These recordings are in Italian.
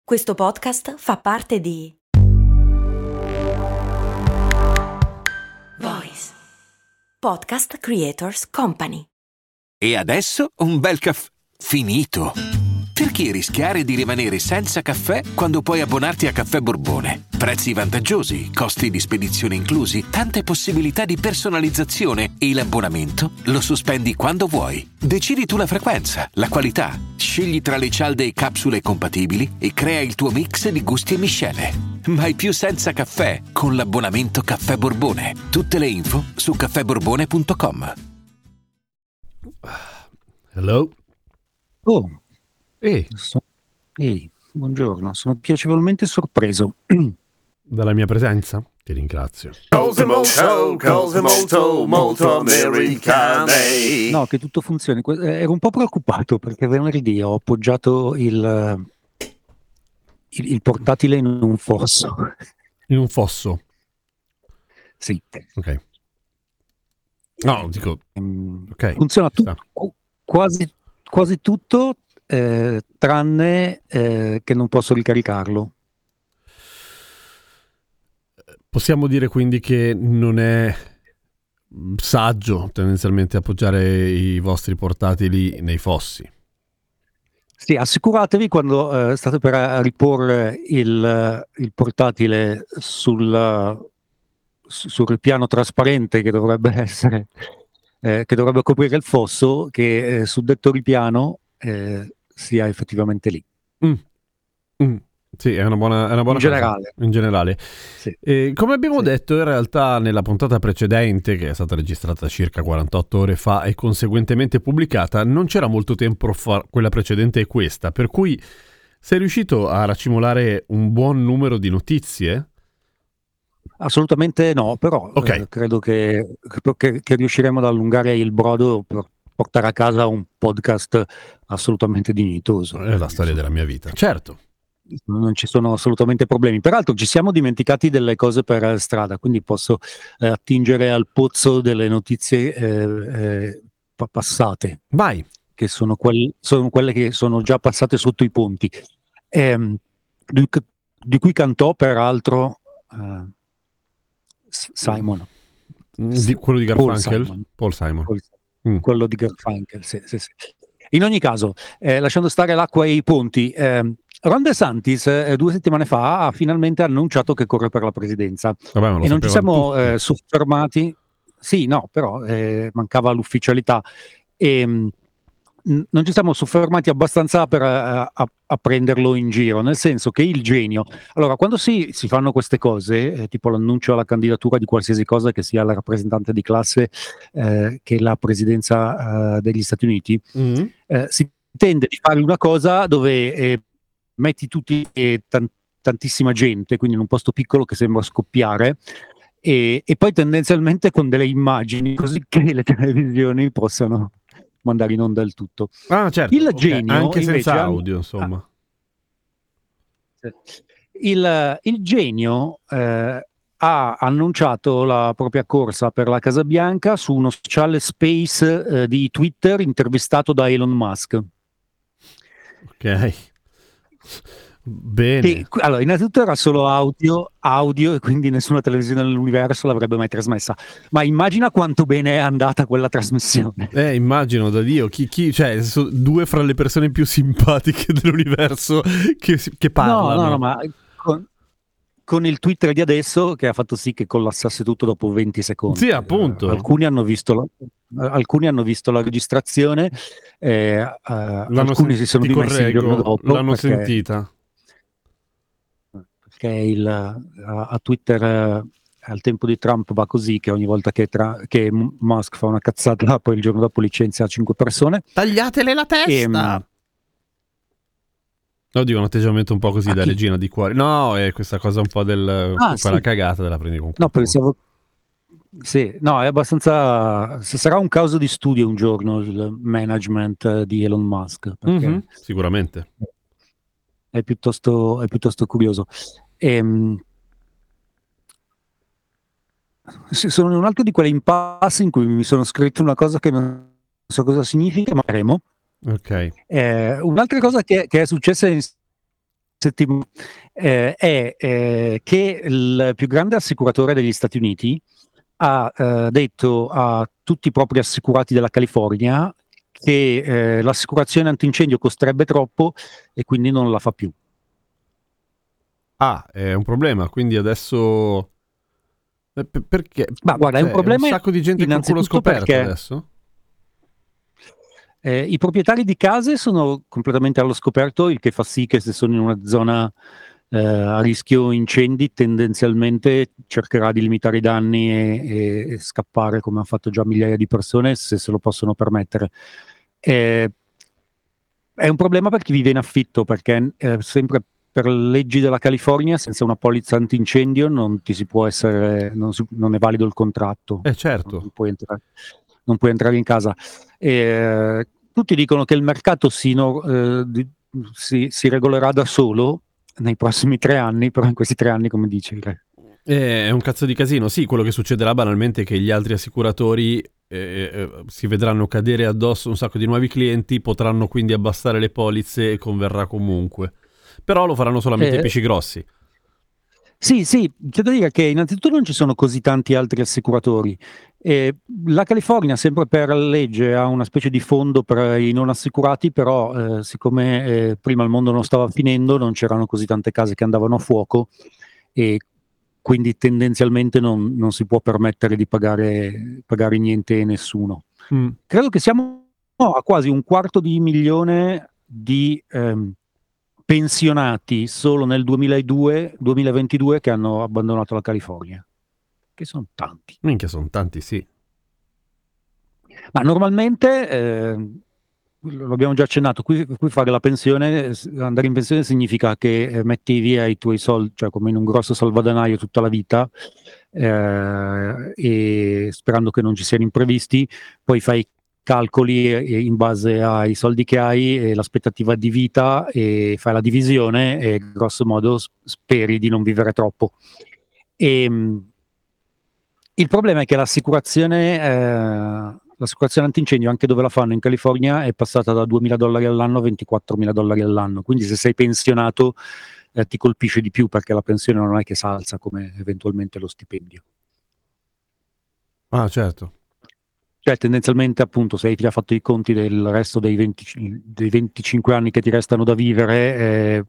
Questo podcast fa parte di Voice Podcast Creators Company. E adesso un bel caffè finito. Perché rischiare di rimanere senza caffè quando puoi abbonarti a Caffè Borbone? Prezzi vantaggiosi, costi di spedizione inclusi, tante possibilità di personalizzazione e l'abbonamento lo sospendi quando vuoi. Decidi tu la frequenza, la qualità, scegli tra le cialde e capsule compatibili e crea il tuo mix di gusti e miscele. Mai più senza caffè con l'abbonamento Caffè Borbone. Tutte le info su caffèborbone.com. Hello. Oh, Ehi, ehi, buongiorno, sono piacevolmente sorpreso. dalla mia presenza? Ti ringrazio. Cose molto americane. No, che tutto funzioni. Ero un po' preoccupato perché venerdì ho appoggiato il portatile in un fosso. In un fosso. Sì. Ok. No, dico, ok. Funziona sta. quasi tutto, tranne che non posso ricaricarlo. Possiamo dire quindi che non è saggio tendenzialmente appoggiare i vostri portatili nei fossi. Sì, assicuratevi quando state per riporre il portatile sul ripiano trasparente che dovrebbe essere, che dovrebbe coprire il fosso, che sul detto ripiano sia effettivamente lì. Sì, è una buona In cosa, generale. in generale. Sì. Come abbiamo Sì. detto, in realtà nella puntata precedente, che è stata registrata circa 48 ore fa e conseguentemente pubblicata, non c'era molto tempo fra quella precedente e questa, per cui sei riuscito a racimolare un buon numero di notizie? Assolutamente no, però Ok. credo che riusciremo ad allungare il brodo per portare a casa un podcast assolutamente dignitoso. È la storia della mia vita. Certo. Non ci sono assolutamente problemi. Peraltro ci siamo dimenticati delle cose per strada, quindi posso attingere al pozzo delle notizie passate, Vai. che sono quelle che sono già passate sotto i ponti. Di cui cantò peraltro Simon. Quello di Garfunkel? Paul Simon. Quello di Garfunkel, sì. In ogni caso, lasciando stare l'acqua e i ponti, Ron DeSantis 2 settimane fa ha finalmente annunciato che corre per la presidenza. Vabbè, ma lo E non ci sapevano siamo tutti. soffermati. Sì, no, però mancava l'ufficialità. Non ci siamo soffermati abbastanza per a prenderlo in giro, nel senso che il genio. Allora, quando si fanno queste cose, tipo l'annuncio alla candidatura di qualsiasi cosa, che sia la rappresentante di classe che la presidenza degli Stati Uniti, si tende di fare una cosa dove metti tutti tantissima gente, quindi in un posto piccolo che sembra scoppiare, e poi tendenzialmente con delle immagini, così che le televisioni possano mandare in onda il tutto. Ah, certo. Il ok. genio Anche invece senza audio, insomma. Il genio ha annunciato la propria corsa per la Casa Bianca su uno sociale space di Twitter intervistato da Elon Musk. Ok. Bene. Che, allora, innanzitutto era solo audio e quindi nessuna televisione nell'universo l'avrebbe mai trasmessa. Ma immagina quanto bene è andata quella trasmissione. Immagino da Dio, cioè, sono due fra le persone più simpatiche dell'universo che parlano. No, ma con il Twitter di adesso che ha fatto sì che collassasse tutto dopo 20 secondi. Sì, appunto. Alcuni hanno visto la registrazione, alcuni si sono dimessi il giorno dopo. L'hanno sentita. Perché a Twitter al tempo di Trump va così, che ogni volta che Musk fa una cazzata poi il giorno dopo licenzia 5 persone. Tagliatele la testa! No, dico un atteggiamento un po' così da regina di cuore. No, è questa cosa un po' quella cagata della prendi con No, pensavo. Sì, no, è abbastanza. Sarà un caso di studio un giorno il management di Elon Musk. Perché sicuramente. È piuttosto curioso. Sono in un altro di quelle impasse in cui mi sono scritto una cosa che non so cosa significa, ma faremo. Ok. Un'altra cosa che è successa è che il più grande assicuratore degli Stati Uniti ha detto a tutti i propri assicurati della California che l'assicurazione antincendio costerebbe troppo e quindi non la fa più. Ah, è un problema, quindi adesso... perché? Ma guarda, è un problema un sacco di gente con culo innanzitutto scoperto perché adesso? I proprietari di case sono completamente allo scoperto, il che fa sì che se sono in una zona a rischio incendi, tendenzialmente cercherà di limitare i danni e scappare, come hanno fatto già migliaia di persone, se se lo possono permettere. È un problema per chi vive in affitto, perché sempre per leggi della California, senza una polizza antincendio non ti si può essere, non è valido il contratto. Certo. Non puoi entrare in casa. Tutti dicono che il mercato si regolerà da solo nei prossimi 3 anni, però in questi 3 anni, come dice È un cazzo di casino. Sì, quello che succederà banalmente è che gli altri assicuratori si vedranno cadere addosso un sacco di nuovi clienti, potranno quindi abbassare le polizze e converrà comunque. Però lo faranno solamente i pesci grossi. Sì, c'è da dire che innanzitutto non ci sono così tanti altri assicuratori. La California, sempre per legge, ha una specie di fondo per i non assicurati, però siccome prima il mondo non stava finendo, non c'erano così tante case che andavano a fuoco e quindi tendenzialmente non si può permettere di pagare niente a nessuno. Credo che siamo a quasi 250.000 di pensionati solo nel 2022 che hanno abbandonato la California, che sono tanti. Minchia, sono tanti, sì. Ma normalmente, lo abbiamo già accennato, qui fare la pensione, andare in pensione significa che metti via i tuoi soldi, cioè come in un grosso salvadanaio tutta la vita, e sperando che non ci siano imprevisti, poi fai calcoli in base ai soldi che hai e l'aspettativa di vita e fai la divisione e grosso modo speri di non vivere troppo. Il problema è che l'assicurazione antincendio, anche dove la fanno in California, è passata da $2.000 all'anno a $24.000 all'anno, quindi se sei pensionato ti colpisce di più, perché la pensione non è che salza come eventualmente lo stipendio. Ah, certo. Cioè tendenzialmente, appunto, se hai già fatto i conti del resto dei 25 anni che ti restano da vivere,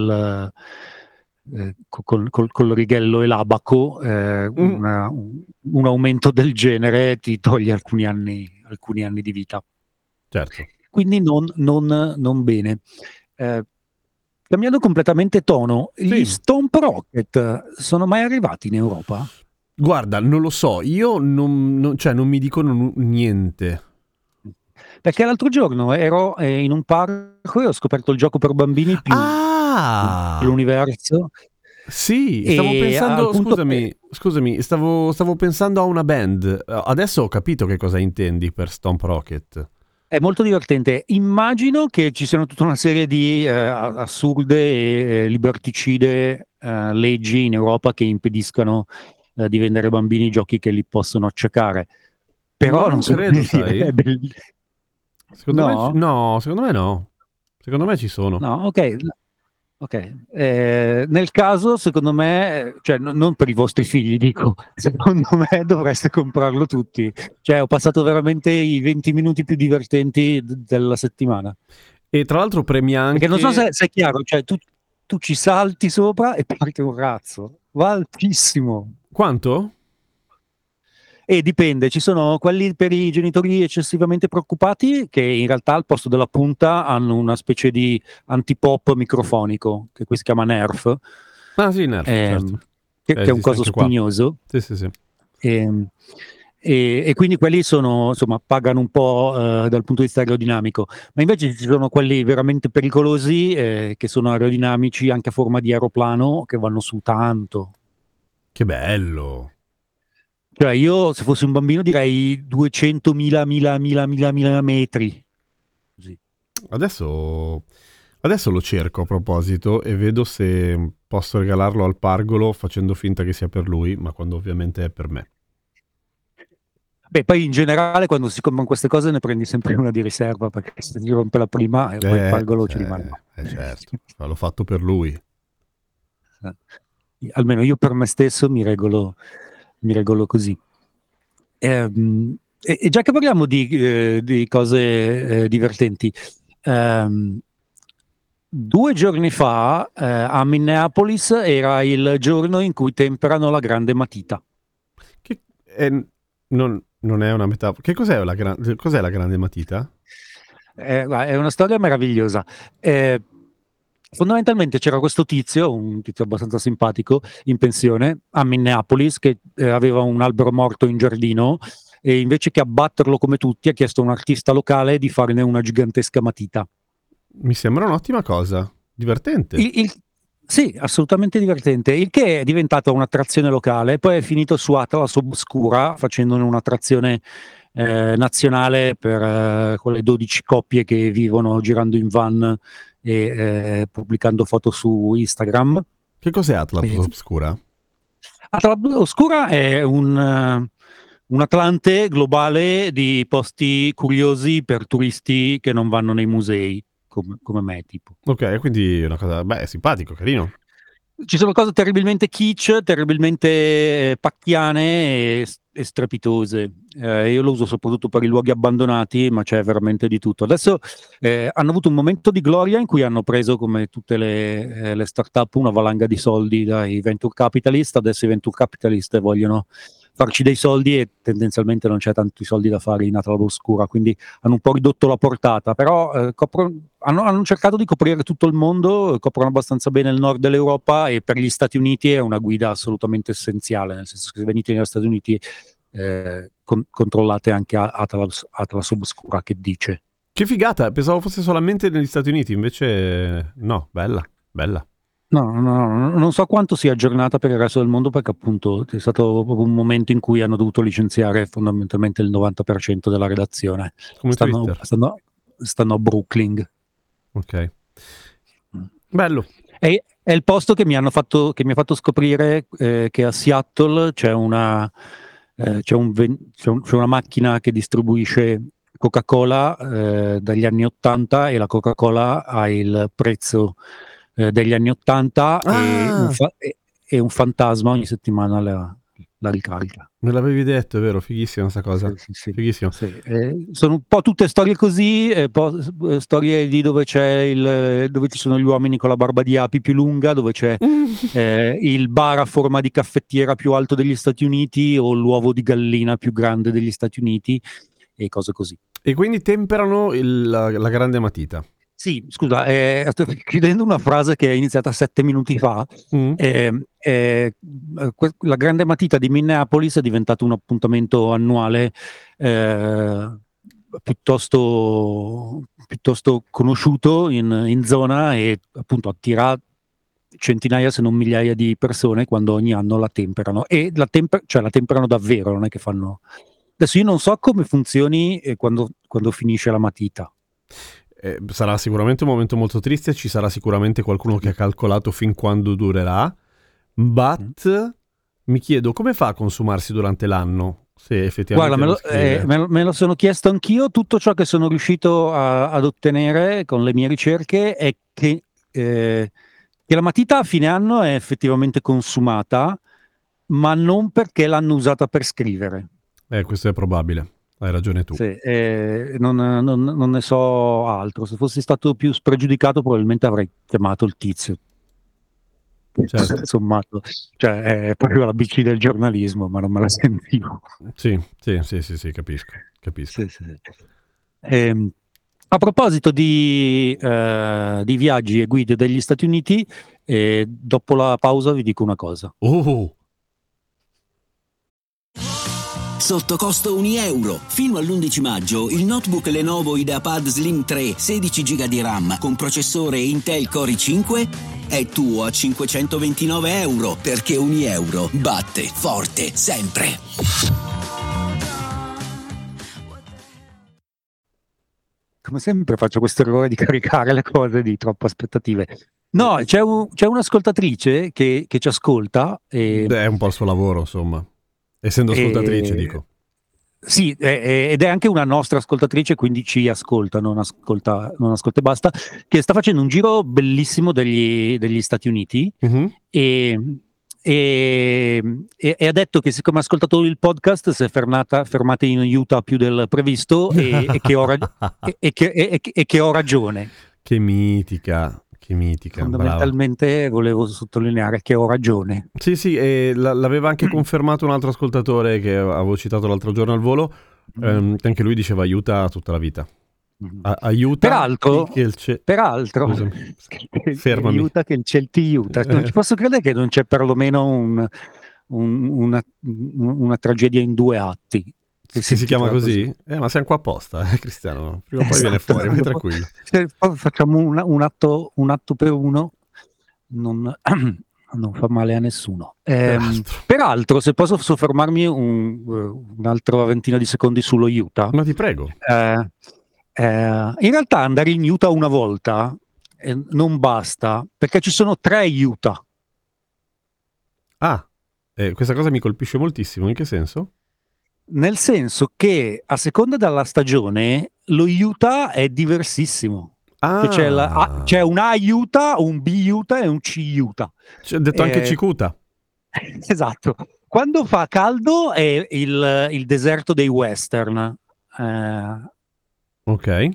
col righello e l'abaco, un aumento del genere ti toglie alcuni anni di vita. Certo. Quindi non bene. Cambiando completamente tono, gli Stomp Rocket sono mai arrivati in Europa? Guarda, non lo so, io non mi dicono niente. Perché l'altro giorno ero in un parco e ho scoperto il gioco per bambini più l'universo. Sì, stavo pensando, scusami, stavo pensando a una band. Adesso ho capito che cosa intendi per Stomp Rocket. È molto divertente. Immagino che ci siano tutta una serie di assurde e liberticide leggi in Europa che impediscano di vendere ai bambini giochi che li possono acciacare. Però non so credo, sai. Secondo no? me no, secondo me no. Secondo me ci sono. No, ok. Nel caso, secondo me, cioè non per i vostri figli, dico, secondo me dovreste comprarlo tutti. Cioè, ho passato veramente i 20 minuti più divertenti della settimana. E tra l'altro premia anche... Perché non so se è chiaro, cioè tu ci salti sopra e parte un razzo. Va altissimo. Quanto? E dipende, ci sono quelli per i genitori eccessivamente preoccupati che in realtà al posto della punta hanno una specie di antipop microfonico, che qui si chiama Nerf. Ah sì, Nerf, certo. Che è un coso spugnoso. Sì. E quindi quelli sono, insomma, pagano un po' dal punto di vista aerodinamico, ma invece ci sono quelli veramente pericolosi che sono aerodinamici anche a forma di aeroplano, che vanno su tanto. Che bello! Cioè io, se fossi un bambino, direi 200.000 metri. Così. Adesso lo cerco a proposito e vedo se posso regalarlo al pargolo facendo finta che sia per lui, ma quando ovviamente è per me. Beh, poi in generale quando si comprano queste cose ne prendi sempre una di riserva, perché se ti rompe la prima e poi il pargolo ci rimane. Certo, l'ho fatto per lui. Almeno io per me stesso mi regolo così. E già che parliamo di cose divertenti, 2 giorni fa a Minneapolis era il giorno in cui temperano la grande matita. Non è una metafora. Che cos'è cos'è la grande matita? Guarda, è una storia meravigliosa. Fondamentalmente c'era questo tizio, un tizio abbastanza simpatico, in pensione a Minneapolis, che aveva un albero morto in giardino e invece che abbatterlo come tutti ha chiesto a un artista locale di farne una gigantesca matita. Mi sembra un'ottima cosa, divertente. Sì, assolutamente divertente, il che è diventata un'attrazione locale, poi è finito su Atlas Obscura facendone un'attrazione nazionale per quelle 12 coppie che vivono girando in van e pubblicando foto su Instagram. Che cos'è Atlas Obscura? Atlas Obscura è un Atlante globale di posti curiosi per turisti che non vanno nei musei, come me, tipo. Ok, quindi è una cosa, è simpatico, carino. Ci sono cose terribilmente kitsch, terribilmente pacchiane e strepitose. Io lo uso soprattutto per i luoghi abbandonati, ma c'è veramente di tutto. Adesso hanno avuto un momento di gloria in cui hanno preso, come tutte le start-up, una valanga di soldi dai venture capitalist. Adesso i venture capitalist vogliono farci dei soldi e tendenzialmente non c'è tanti soldi da fare in Atlas Oscura, quindi hanno un po' ridotto la portata, però hanno cercato di coprire tutto il mondo, coprono abbastanza bene il nord dell'Europa e per gli Stati Uniti è una guida assolutamente essenziale, nel senso che se venite negli Stati Uniti controllate anche Atlas Obscura che dice. Che figata, pensavo fosse solamente negli Stati Uniti, invece no, bella. No, non so quanto sia aggiornata per il resto del mondo, perché appunto è stato proprio un momento in cui hanno dovuto licenziare fondamentalmente il 90% della redazione. Come Stanno a Brooklyn. Ok. Bello. È il posto che mi ha fatto scoprire che a Seattle c'è una macchina che distribuisce Coca-Cola dagli anni 80 e la Coca-Cola ha il prezzo degli anni 80 e un fantasma ogni settimana la ricarica. Me l'avevi detto, è vero, fighissima questa cosa. Sì. Fighissima. Sì. Sono un po' tutte storie così, storie di dove ci sono gli uomini con la barba di api più lunga, dove c'è il bar a forma di caffettiera più alto degli Stati Uniti o l'uovo di gallina più grande degli Stati Uniti e cose così. E quindi temperano la grande matita. Sì, scusa, sto chiudendo una frase che è iniziata 7 minuti fa. La grande matita di Minneapolis è diventato un appuntamento annuale piuttosto conosciuto in zona e appunto attira centinaia se non migliaia di persone quando ogni anno la temperano e la temperano davvero, non è che fanno. Adesso io non so come funzioni quando finisce la matita. Sarà sicuramente un momento molto triste, ci sarà sicuramente qualcuno che ha calcolato fin quando durerà, but mi chiedo come fa a consumarsi durante l'anno, se effettivamente. Guarda, me lo sono chiesto anch'io. Tutto ciò che sono riuscito ad ottenere con le mie ricerche è che la matita a fine anno è effettivamente consumata, ma non perché l'hanno usata per scrivere. Questo è probabile. Hai ragione tu. Sì, non ne so altro. Se fossi stato più spregiudicato probabilmente avrei chiamato il tizio. Certo. Sommato, cioè è proprio la BC del giornalismo, ma non me la sentivo. Sì, capisco. Sì. A proposito di viaggi e guide degli Stati Uniti, dopo la pausa vi dico una cosa. Sotto costo €1. Fino all'11 maggio il notebook Lenovo IdeaPad Slim 3 16 GB di RAM con processore Intel Core i5 è tuo a €529, perché €1 batte forte sempre. Come sempre faccio questo errore di caricare le cose di troppe aspettative. No, c'è un'ascoltatrice che ci ascolta. È un po' il suo lavoro, insomma. Essendo ascoltatrice, dico. Sì, ed è anche una nostra ascoltatrice, quindi ci ascolta, non ascolta e basta, che sta facendo un giro bellissimo degli Stati Uniti Mhm. e, e ha detto che siccome ha ascoltato il podcast si è fermata in Utah più del previsto e che ho ragione. Che mitica, brava. Fondamentalmente volevo sottolineare che ho ragione. Sì, sì, e l'aveva anche confermato un altro ascoltatore che avevo citato l'altro giorno al volo, che anche lui diceva aiuta tutta la vita. Aiuta Peraltro, Scusami, fermami. aiuta che il ciel ti aiuta. Non ci posso credere che non c'è perlomeno una tragedia in 2 atti. Che si chiama così? Ma siamo qua apposta, Cristiano. Prima o poi viene fuori, vai tranquillo. Facciamo un atto per uno, non fa male a nessuno. Peraltro, se posso soffermarmi un'altra ventina di secondi sullo Utah. Ma ti prego. In realtà andare in Utah una volta non basta, perché ci sono 3 Utah. Questa cosa mi colpisce moltissimo. In che senso? Nel senso che a seconda della stagione lo Utah è diversissimo. C'è un A Utah, un B Utah e un C Utah. C'è detto anche Cicuta. Esatto. Quando fa caldo è il deserto dei western. Ok.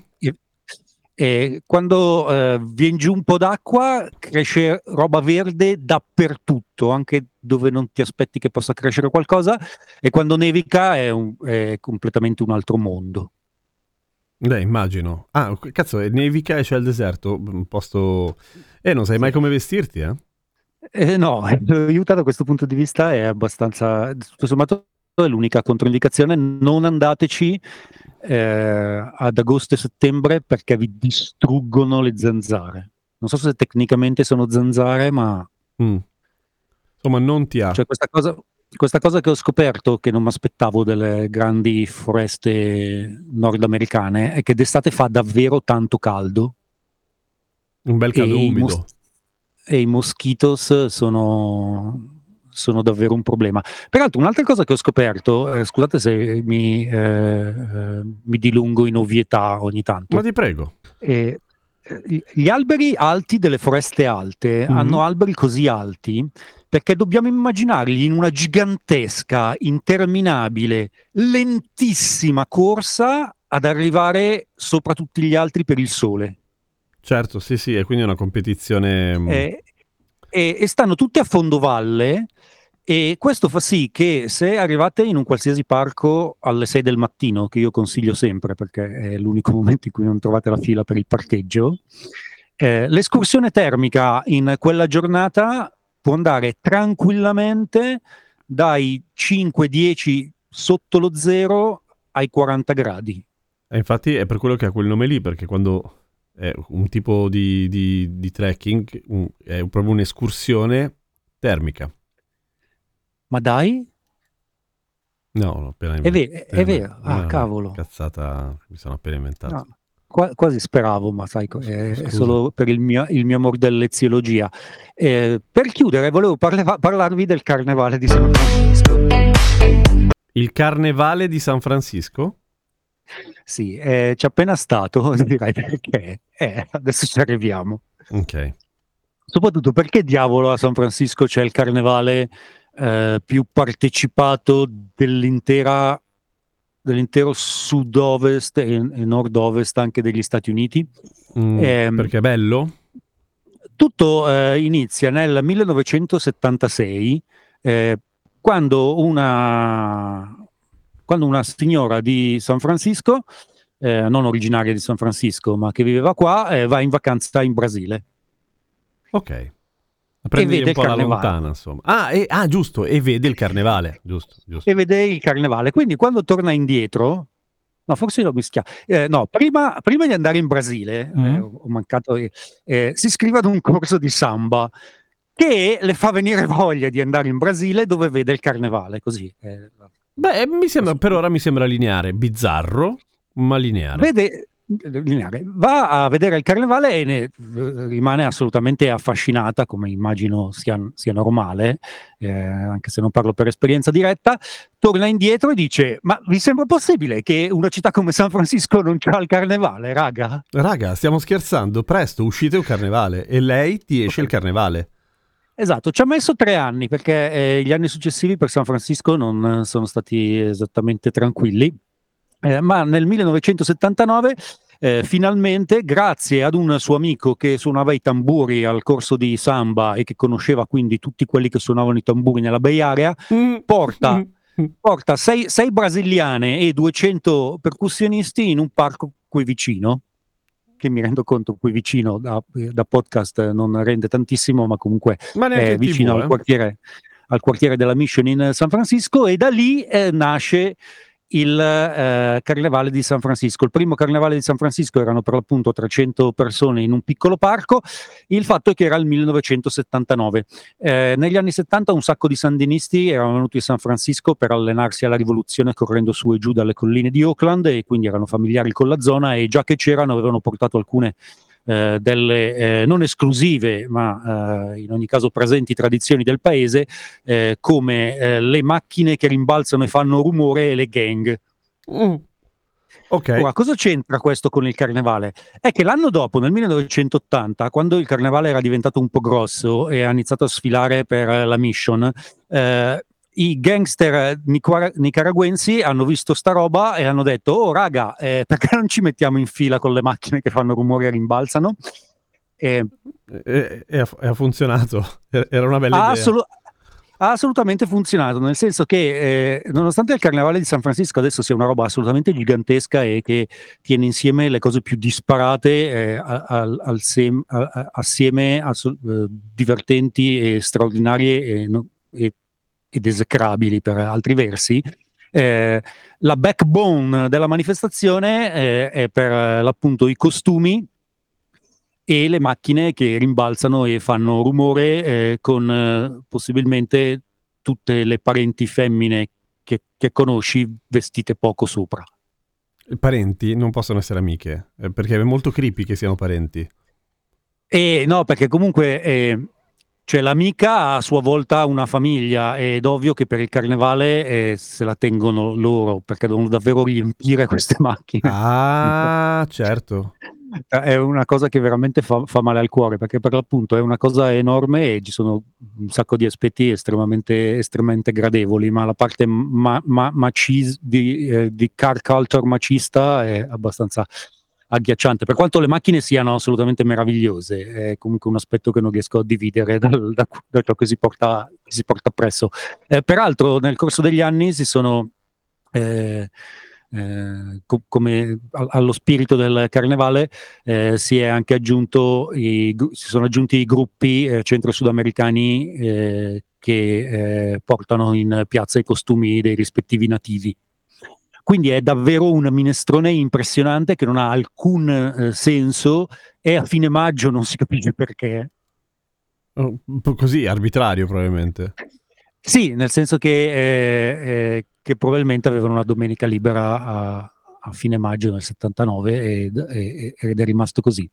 E quando viene giù un po' d'acqua cresce roba verde dappertutto, anche dove non ti aspetti che possa crescere qualcosa, e quando nevica è completamente un altro mondo. Immagino. Cazzo, nevica e c'è il deserto, un posto... non sai mai come vestirti, No, Utah da questo punto di vista è abbastanza... Tutto sommato è l'unica controindicazione, non andateci ad agosto e settembre perché vi distruggono le zanzare. Non so se tecnicamente sono zanzare, ma... Insomma, non ti ha. Cioè questa cosa che ho scoperto, che non mi aspettavo delle grandi foreste nordamericane, è che d'estate fa davvero tanto caldo. Un bel caldo umido. E i mosquitos sono davvero un problema. Peraltro, un'altra cosa che ho scoperto, scusate se mi dilungo in ovvietà ogni tanto. Ma ti prego. Gli alberi alti delle foreste alte hanno alberi così alti perché dobbiamo immaginarli in una gigantesca, interminabile, lentissima corsa ad arrivare sopra tutti gli altri per il sole. Certo, sì, e quindi è una competizione... E stanno tutti a fondovalle, e questo fa sì che se arrivate in un qualsiasi parco alle 6 del mattino, che io consiglio sempre perché è l'unico momento in cui non trovate la fila per il parcheggio, l'escursione termica in quella giornata può andare tranquillamente dai 5-10 sotto lo zero ai 40 gradi. E infatti è per quello che ha quel nome lì, perché quando... è un tipo di trekking, è proprio un'escursione termica. Ma dai? No, appena inventato. È vero. Cavolo. Cazzata, mi sono appena inventato. No, quasi speravo, ma sai, è solo per il mio amor dell'eziologia. Per chiudere, volevo parlarvi del Carnevale di San Francisco. Il Carnevale di San Francisco? Sì, c'è appena stato, direi perché. Adesso ci arriviamo. Ok. Soprattutto perché diavolo a San Francisco c'è il carnevale più partecipato dell'intero sud-ovest e nord-ovest anche degli Stati Uniti. Perché è bello? Tutto inizia nel 1976 quando una signora di San Francisco, non originaria di San Francisco, ma che viveva qua, va in vacanza in Brasile. Ok. Prendi un po' alla lontana, insomma. Giusto, e vede il carnevale. Giusto. E vede il carnevale. Quindi quando torna indietro, no, forse l'ho mischiato. No, prima di andare in Brasile, ho mancato, si iscrive ad un corso di samba che le fa venire voglia di andare in Brasile, dove vede il carnevale, così. Per ora mi sembra lineare, bizzarro, ma lineare. lineare. Va a vedere il carnevale e ne rimane assolutamente affascinata, come immagino sia normale, anche se non parlo per esperienza diretta. Torna indietro e dice: ma vi sembra possibile che una città come San Francisco non c'ha il carnevale, raga? Raga, stiamo scherzando, presto uscite un carnevale e lei ti esce il carnevale. Esatto, ci ha messo 3 anni perché gli anni successivi per San Francisco non sono stati esattamente tranquilli, ma nel 1979 finalmente, grazie ad un suo amico che suonava i tamburi al corso di samba e che conosceva quindi tutti quelli che suonavano i tamburi nella Bay Area, porta 6 brasiliane e 200 percussionisti in un parco qui vicino, che mi rendo conto qui vicino da podcast non rende tantissimo, ma comunque è vicino al quartiere della Mission in San Francisco, e da lì nasce il Carnevale di San Francisco. Il primo Carnevale di San Francisco erano per l'appunto 300 persone in un piccolo parco. Il fatto è che era il 1979. Negli anni 70 un sacco di sandinisti erano venuti a San Francisco per allenarsi alla rivoluzione correndo su e giù dalle colline di Oakland, e quindi erano familiari con la zona, e già che c'erano avevano portato alcune delle non esclusive, ma in ogni caso presenti tradizioni del paese, come le macchine che rimbalzano e fanno rumore e le gang. Okay. Ora, cosa c'entra questo con il carnevale? È che l'anno dopo, nel 1980, quando il carnevale era diventato un po' grosso e ha iniziato a sfilare per la Mission, i gangster nicaraguensi hanno visto sta roba e hanno detto: oh raga, perché non ci mettiamo in fila con le macchine che fanno rumore e rimbalzano? E ha funzionato. Era una bella idea. Ha assolutamente funzionato, nel senso che nonostante il carnevale di San Francisco adesso sia una roba assolutamente gigantesca e che tiene insieme le cose più disparate assieme divertenti e straordinarie ed esecrabili per altri versi, la backbone della manifestazione è per l'appunto i costumi e le macchine che rimbalzano e fanno rumore, con possibilmente tutte le parenti femmine che conosci vestite poco sopra. I parenti non possono essere amiche, perché è molto creepy che siano parenti. No, perché comunque cioè l'amica ha a sua volta una famiglia, ed ovvio che per il carnevale se la tengono loro, perché devono davvero riempire queste macchine. Ah, certo. È una cosa che veramente fa male al cuore, perché per l'appunto è una cosa enorme e ci sono un sacco di aspetti estremamente gradevoli, ma la parte di car culture macista è abbastanza agghiacciante, per quanto le macchine siano assolutamente meravigliose. È comunque un aspetto che non riesco a dividere da ciò che si porta appresso. Peraltro nel corso degli anni si sono come allo spirito del carnevale si sono aggiunti i gruppi centro-sudamericani che portano in piazza i costumi dei rispettivi nativi. Quindi è davvero un minestrone impressionante che non ha alcun senso, e a fine maggio non si capisce perché. Così, arbitrario probabilmente. Sì, nel senso che probabilmente avevano una domenica libera a fine maggio del 79 ed è rimasto così.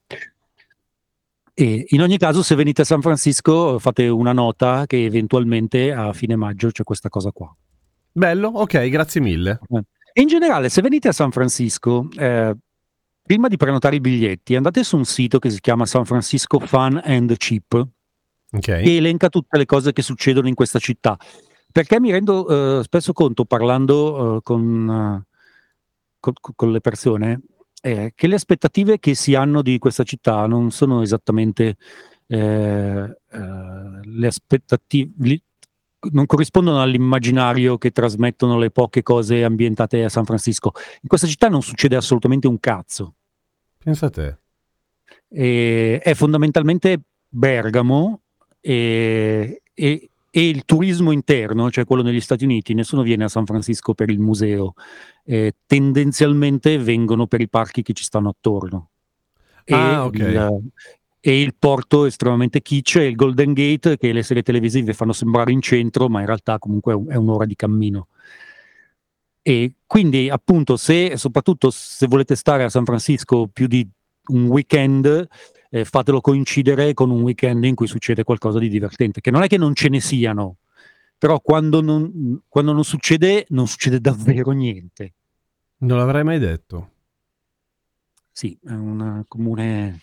E in ogni caso, se venite a San Francisco, fate una nota che eventualmente a fine maggio c'è questa cosa qua. Bello, ok, grazie mille. In generale, se venite a San Francisco, prima di prenotare i biglietti, andate su un sito che si chiama San Francisco Fun and Cheap, Okay. che elenca tutte le cose che succedono in questa città. Perché mi rendo spesso conto, parlando con le persone, che le aspettative che si hanno di questa città non sono esattamente le aspettative, non corrispondono all'immaginario che trasmettono le poche cose ambientate a San Francisco. In questa città non succede assolutamente un cazzo. Pensa a te. È fondamentalmente Bergamo, e il turismo interno, cioè quello negli Stati Uniti. Nessuno viene a San Francisco per il museo, tendenzialmente vengono per i parchi che ci stanno attorno. Ok. E il porto estremamente kitsch, e il Golden Gate, che le serie televisive fanno sembrare in centro, ma in realtà comunque è un'ora di cammino. E quindi appunto soprattutto se volete stare a San Francisco più di un weekend, fatelo coincidere con un weekend in cui succede qualcosa di divertente, che non è che non ce ne siano, però quando non succede davvero niente. Non l'avrei mai detto. Sì, è una comune...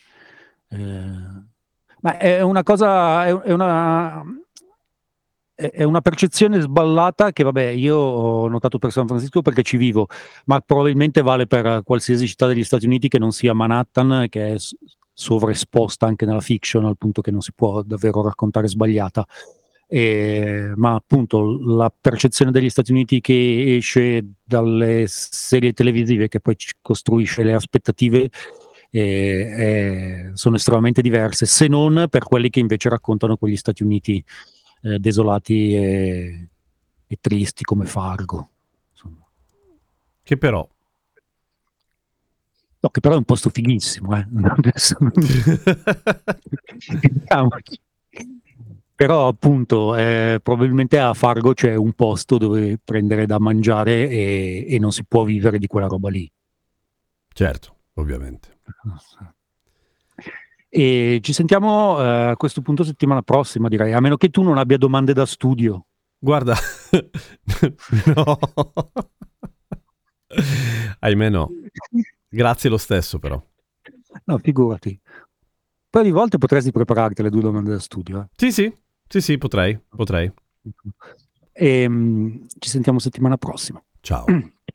ma è una cosa... È una percezione sballata che, vabbè, io ho notato per San Francisco perché ci vivo, ma probabilmente vale per qualsiasi città degli Stati Uniti che non sia Manhattan, che è sovraesposta anche nella fiction, al punto che non si può davvero raccontare sbagliata. Ma appunto la percezione degli Stati Uniti che esce dalle serie televisive, che poi ci costruisce le aspettative, sono estremamente diverse, se non per quelli che invece raccontano quegli Stati Uniti desolati e tristi come Fargo, insomma. Che però No, che però è un posto fighissimo, adesso però appunto probabilmente a Fargo c'è un posto dove prendere da mangiare e non si può vivere di quella roba lì. certo, ovviamente. E ci sentiamo a questo punto settimana prossima, direi, a meno che tu non abbia domande da studio. Guarda, no, ahimè no. Grazie lo stesso, però. No, figurati. Poi di volte potresti prepararti le 2 domande da studio. Sì, potrei. E ci sentiamo settimana prossima. Ciao.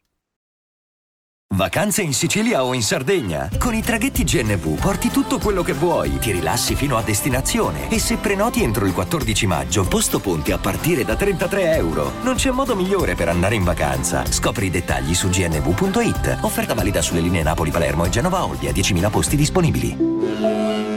Vacanze in Sicilia o in Sardegna? Con i traghetti GNV porti tutto quello che vuoi, ti rilassi fino a destinazione e se prenoti entro il 14 maggio, posto ponti a partire da €33. Non c'è modo migliore per andare in vacanza. Scopri i dettagli su gnv.it. Offerta valida sulle linee Napoli-Palermo e Genova-Olbia, 10.000 posti disponibili.